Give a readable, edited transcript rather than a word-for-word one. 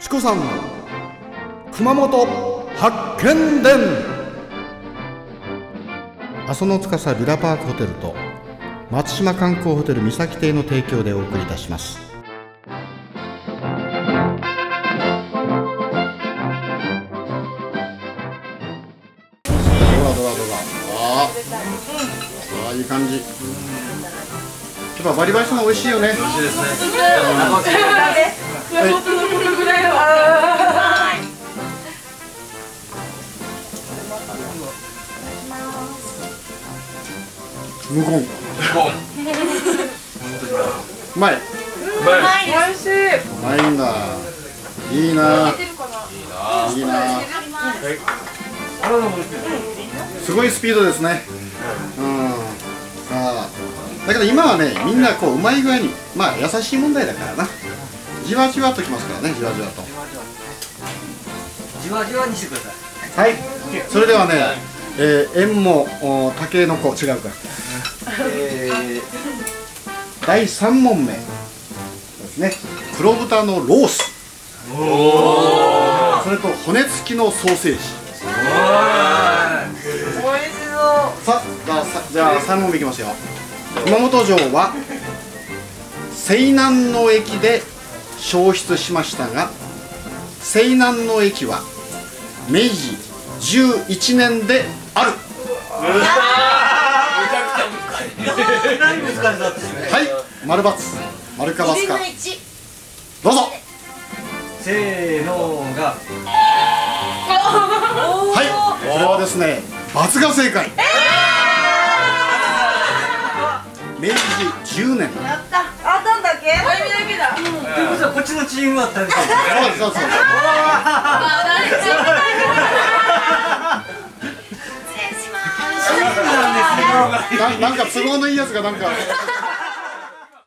チコさんの熊本発見伝。阿蘇の司ビラパークホテルと松島観光ホテル三崎邸の提供でお送りいたします。ああ、いい感じ。やっぱバリバリさん美味しいよね。美味しいですね。無言。うまい。 美味しい。 うまいんだ。いいな。いいな。すごいスピードですね。だけど今はね、みんなこううまい具合に、まあ優しい問題だからな。じわじわっときますからね、じわじわと。 じわじわにしてください。はい。それではね、縁もたけのこ違うか。第3問目ですね。黒豚のロース。それと骨付きのソーセージ。 美味しそう。 さあ、じゃあ3問目いきますよ。熊本城は西南の駅で焼失しましたが、西南の駅は明治11年である。はい、丸×丸か×か。どうぞ。 せーのが。 はい、これはですね、×が正解。明治10年。 やった。あったんだっけ？お指だけだ。 ということはこっちのチームだったんですよ。 そう。なんか都合のいいやつがなんか。